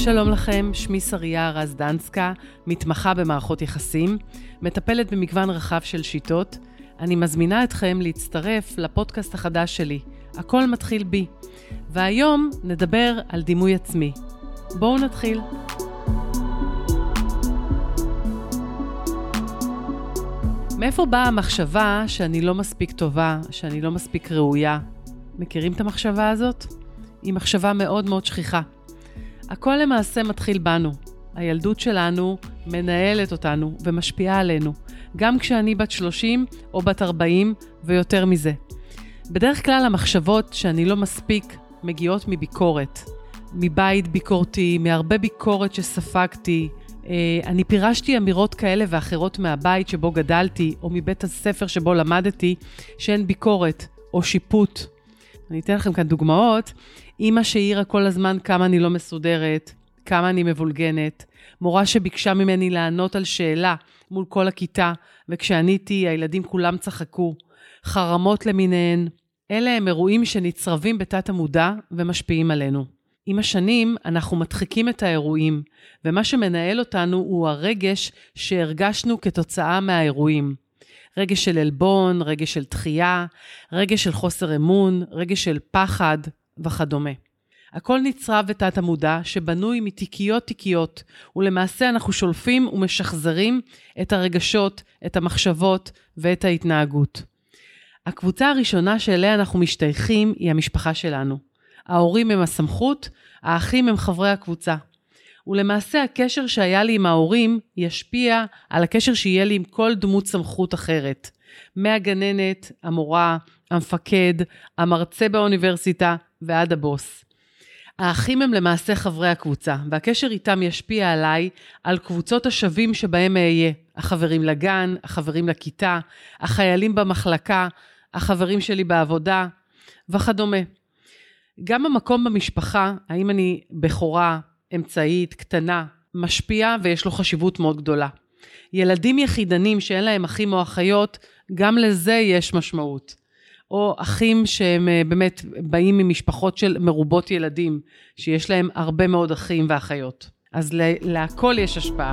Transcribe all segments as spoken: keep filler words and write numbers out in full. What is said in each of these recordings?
שלום לכם, שמי שריה רזדנסקה, מתמחה במערכות יחסים, מטפלת במגוון רחב של שיטות. אני מזמינה אתכם להצטרף לפודקאסט החדש שלי, הכל מתחיל בי. והיום נדבר על דימוי עצמי. בואו נתחיל. מאיפה באה המחשבה שאני לא מספיק טובה, שאני לא מספיק ראויה? מכירים את המחשבה הזאת? היא מחשבה מאוד מאוד שכיחה. הכל למעשה מתחיל בנו. הילדות שלנו מנהלת אותנו ומשפיעה עלינו, גם כשאני בת שלושים או בת ארבעים ויותר מזה. בדרך כלל המחשבות שאני לא מספיק מגיעות מביקורת, מבית ביקורתי, מהרבה ביקורת שספגתי. אני פירשתי אמירות כאלה ואחרות מהבית שבו גדלתי, או מבית הספר שבו למדתי, שאין ביקורת או שיפוט. אני אתן לכם כאן דוגמאות. אמא שהעירה כל הזמן כמה אני לא מסודרת, כמה אני מבולגנת, מורה שביקשה ממני לענות על שאלה מול כל הכיתה, וכשעניתי הילדים כולם צחקו, חרמות למיניהן. אלה הם אירועים שנצרבים בתת המודע ומשפיעים עלינו. עם השנים אנחנו מדחיקים את האירועים, ומה שמנהל אותנו הוא הרגש שהרגשנו כתוצאה מהאירועים. רגש של אלבון, רגש של דחייה, רגש של חוסר אמון, רגש של פחד וכדומה. הכל נצרב בתת המודע שבנוי מתיקיות תיקיות, ולמעשה אנחנו שולפים ומשחזרים את הרגשות, את המחשבות ואת ההתנהגות. הקבוצה הראשונה שאליה אנחנו משתייכים היא המשפחה שלנו. ההורים הם הסמכות, האחים הם חברי הקבוצה. ולמעשה הקשר שהיה לי עם ההורים ישפיע על הקשר שיהיה לי עם כל דמות סמכות אחרת. מהגננת, המורה, המפקד, המרצה באוניברסיטה ועד הבוס. האחים הם למעשה חברי הקבוצה, והקשר איתם ישפיע עליי על קבוצות השווים שבהם אהיה. החברים לגן, החברים לכיתה, החיילים במחלקה, החברים שלי בעבודה וכדומה. גם המקום במשפחה, האם אני בחורה, אמצעית, קטנה, משפיע ויש לו חשיבות מאוד גדולה. ילדים יחידנים שאין להם אחים או אחיות, גם לזה יש משמעות. או אחים שהם באמת באים ממשפחות של מרובות ילדים, שיש להם הרבה מאוד אחים ואחיות. אז להכל יש השפעה.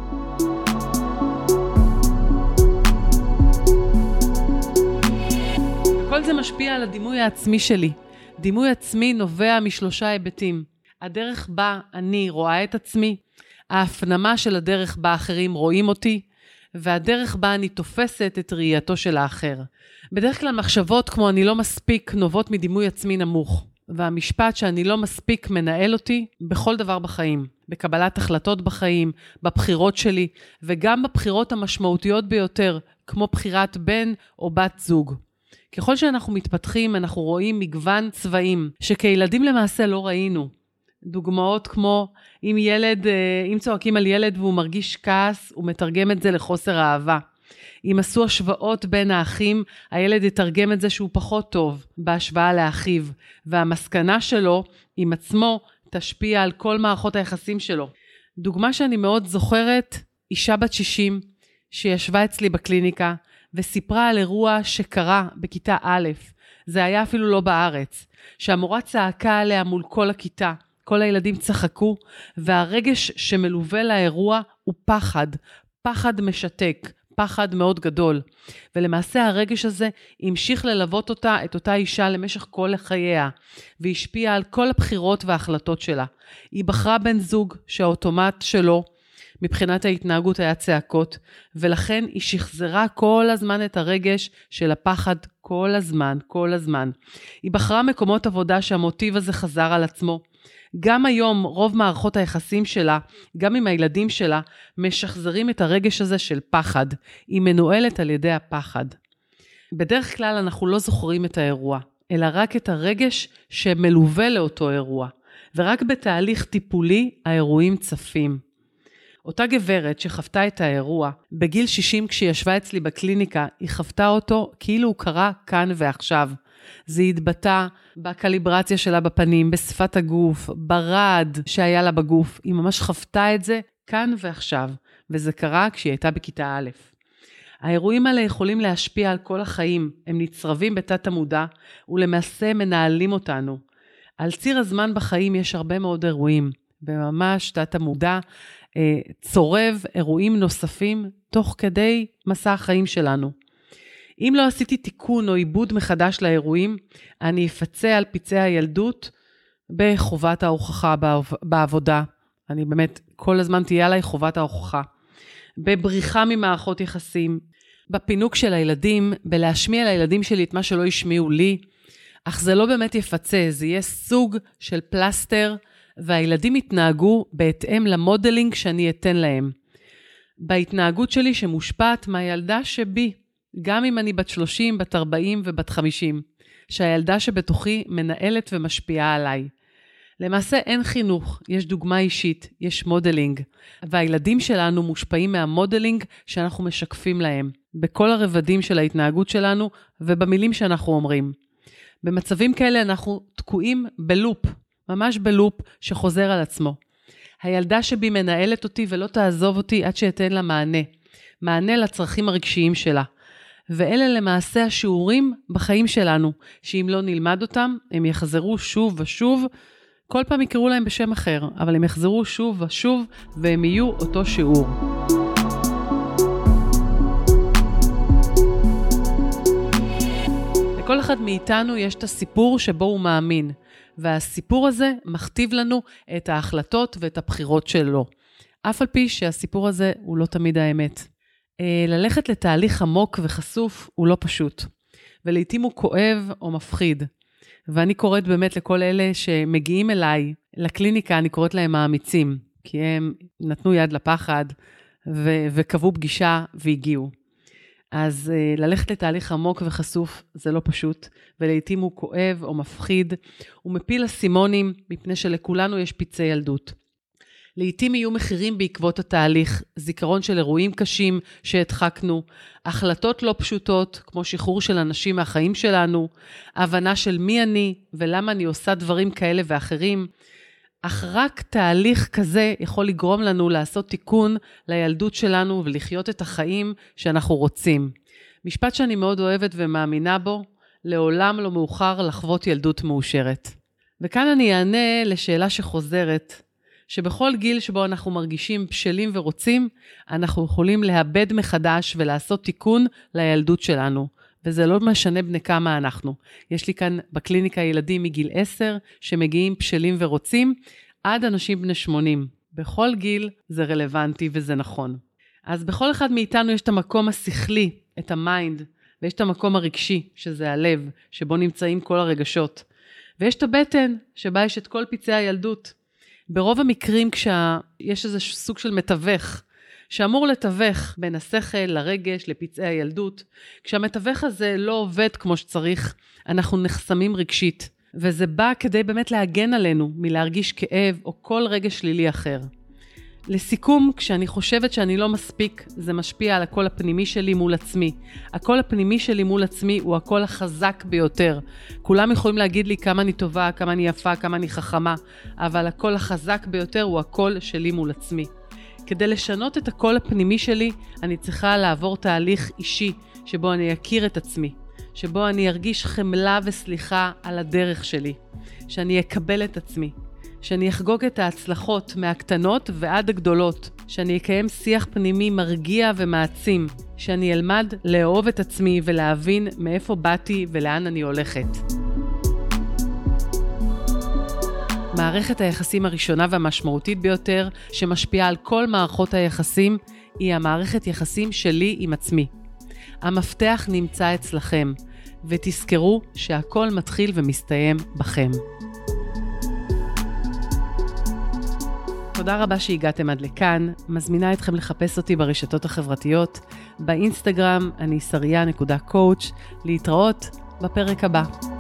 כל זה משפיע על הדימוי העצמי שלי. דימוי עצמי נובע משלושה היבטים. הדרך בה אני רואה את עצמי, ההפנמה של הדרך בה אחרים רואים אותי, והדרך בה אני תופסת את ראייתו של האחר. בדרך כלל מחשבות כמו אני לא מספיק נובעות מדימוי עצמי נמוך, והמשפט שאני לא מספיק מנהל אותי בכל דבר בחיים, בקבלת החלטות בחיים, בבחירות שלי, וגם בבחירות המשמעותיות ביותר, כמו בחירת בן או בת זוג. ככל שאנחנו מתפתחים, אנחנו רואים מגוון צבעים, שכילדים למעשה לא ראינו. דוגמאות כמו, אם ילד, אם צועקים על ילד והוא מרגיש כעס, הוא מתרגם את זה לחוסר אהבה. אם עשו השוואות בין האחים, הילד יתרגם את זה שהוא פחות טוב בהשוואה לאחיו, והמסקנה שלו עם עצמו תשפיע על כל מערכות היחסים שלו. דוגמה שאני מאוד זוכרת, אישה בת שישים שישבה אצלי בקליניקה, וסיפרה על אירוע שקרה בכיתה א', זה היה אפילו לא בארץ, שהמורה צעקה עליה מול כל הכיתה, כל הילדים צחקו, והרגש שמלווה לאירוע הוא פחד, פחד משתק, פחד מאוד גדול. ולמעשה הרגש הזה המשיך ללוות אותה, את אותה אישה למשך כל חייה, והשפיע על כל הבחירות וההחלטות שלה. היא בחרה בן זוג שהאוטומט שלו, מבחינת ההתנהגות היה צעקות, ולכן היא שחזרה כל הזמן את הרגש של הפחד כל הזמן, כל הזמן. היא בחרה מקומות עבודה שהמוטיב הזה חזר על עצמו. גם היום רוב מערכות היחסים שלה, גם עם הילדים שלה, משחזרים את הרגש הזה של פחד. היא מנוהלת על ידי הפחד. בדרך כלל אנחנו לא זוכרים את האירוע, אלא רק את הרגש שמלווה לאותו אירוע. ורק בתהליך טיפולי האירועים צפים. אותה גברת שחוותה את האירוע, בגיל שישים כשהיא ישבה אצלי בקליניקה, היא חוותה אותו כאילו הוא קרה כאן ועכשיו. זה התבטא בקליברציה שלה בפנים, בשפת הגוף, ברעד שהיה לה בגוף. היא ממש חוותה את זה כאן ועכשיו, וזה קרה כשהיא הייתה בכיתה א'. האירועים האלה יכולים להשפיע על כל החיים, הם נצרבים בתת המודע, ולמעשה מנהלים אותנו. על ציר הזמן בחיים יש הרבה מאוד אירועים, וממש תת המודע צורב אירועים נוספים תוך כדי מסע החיים שלנו. אם לא עשיתי תיקון או עיבוד מחדש לאירועים, אני אפצה על פצעי הילדות בחובת ההוכחה בעבודה. אני באמת כל הזמן תהיה עליי חובת ההוכחה. בבריחה ממערכות יחסים, בפינוק של הילדים, בלהשמיע לילדים שלי את מה שלא ישמיעו לי, אך זה לא באמת יפצה, זה יהיה סוג של פלסטר, והילדים יתנהגו בהתאם למודלינג שאני אתן להם. בהתנהגות שלי שמושפעת מהילדה שבי, גם אם אני בת שלושים, בת ארבעים ובת חמישים, שהילדה שבתוכי מנהלת ומשפיעה עליי. למעשה אין חינוך, יש דוגמה אישית, יש מודלינג, והילדים שלנו מושפעים מהמודלינג שאנחנו משקפים להם, בכל הרבדים של ההתנהגות שלנו ובמילים שאנחנו אומרים. במצבים כאלה אנחנו תקועים בלופ, ממש בלופ שחוזר על עצמו. הילדה שבי מנהלת אותי ולא תעזוב אותי עד שאתן לה מענה, מענה לצרכים הרגשיים שלה. ואלה למעשה השיעורים בחיים שלנו, שאם לא נלמד אותם, הם יחזרו שוב ושוב, כל פעם יקראו להם בשם אחר, אבל הם יחזרו שוב ושוב, והם יהיו אותו שיעור. לכל אחד מאיתנו יש את הסיפור שבו הוא מאמין, והסיפור הזה מכתיב לנו את ההחלטות ואת הבחירות שלו. אף על פי שהסיפור הזה הוא לא תמיד האמת. ללכת לתהליך עמוק וחשוף הוא לא פשוט, ולעיתים הוא כואב או מפחיד. ואני קוראת באמת לכל אלה שמגיעים אליי, לקליניקה, אני קוראת להם האמיצים, כי הם נתנו יד לפחד ו- וקבעו פגישה והגיעו. אז uh, ללכת לתהליך עמוק וחשוף זה לא פשוט, ולעיתים הוא כואב או מפחיד, הוא מפיל אסימונים מפני שלכולנו יש פצעי ילדות. לעתים יהיו מחירים בעקבות התהליך, זיכרון של אירועים קשים שהדחקנו, החלטות לא פשוטות, כמו שחרור של אנשים מהחיים שלנו, הבנה של מי אני ולמה אני עושה דברים כאלה ואחרים, אך רק תהליך כזה יכול לגרום לנו לעשות תיקון לילדות שלנו ולחיות את החיים שאנחנו רוצים. משפט שאני מאוד אוהבת ומאמינה בו, לעולם לא מאוחר לחוות ילדות מאושרת. וכאן אני אענה לשאלה שחוזרת, שבכל גיל שבו אנחנו מרגישים בשלים ורוצים, אנחנו יכולים לאבד מחדש ולעשות תיקון לילדות שלנו. וזה לא משנה בני כמה אנחנו. יש לי כאן בקליניקה ילדים מגיל עשר, שמגיעים בשלים ורוצים, עד אנשים בני שמונים. בכל גיל זה רלוונטי וזה נכון. אז בכל אחד מאיתנו יש את המקום השכלי, את המיינד, ויש את המקום הרגשי, שזה הלב, שבו נמצאים כל הרגשות. ויש את הבטן, שבה יש את כל פצעי הילדות. ברוב המקרים כשיש איזה סוג של מתווך, שאמור לתווך בין השכל לרגש, לפצעי הילדות, כשהמתווך הזה לא עובד כמו שצריך, אנחנו נחסמים רגשית, וזה בא כדי באמת להגן עלינו מלהרגיש כאב או כל רגש שלילי אחר. לסיכום, כשאני חושבת שאני לא מספיק, זה משפיע על הקול הפנימי שלי מול עצמי. הקול הפנימי שלי מול עצמי הוא הקול החזק ביותר. כולם יכולים להגיד לי כמה אני טובה, כמה אני יפה, כמה אני חכמה, אבל הקול החזק ביותר הוא הקול שלי מול עצמי. כדי לשנות את הקול הפנימי שלי, אני צריכה לעבור תהליך אישי, שבו אני אכיר את עצמי, שבו אני ארגיש חמלה וסליחה על הדרך שלי, שאני אקבל את עצמי, שאני אחגוג את ההצלחות מהקטנות ועד הגדולות, שאני אקיים שיח פנימי מרגיע ומעצים, שאני אלמד לאהוב את עצמי ולהבין מאיפה באתי ולאן אני הולכת. מערכת היחסים הראשונה והמשמעותית ביותר שמשפיעה על כל מערכות היחסים היא המערכת יחסים שלי עם עצמי. המפתח נמצא אצלכם, ותזכרו שהכל מתחיל ומסתיים בכם. תודה רבה שהגעתם עד לכאן, מזמינה אתכם לחפש אותי ברשתות החברתיות, באינסטגרם אני שריה נקודה קואוץ', להתראות בפרק הבא.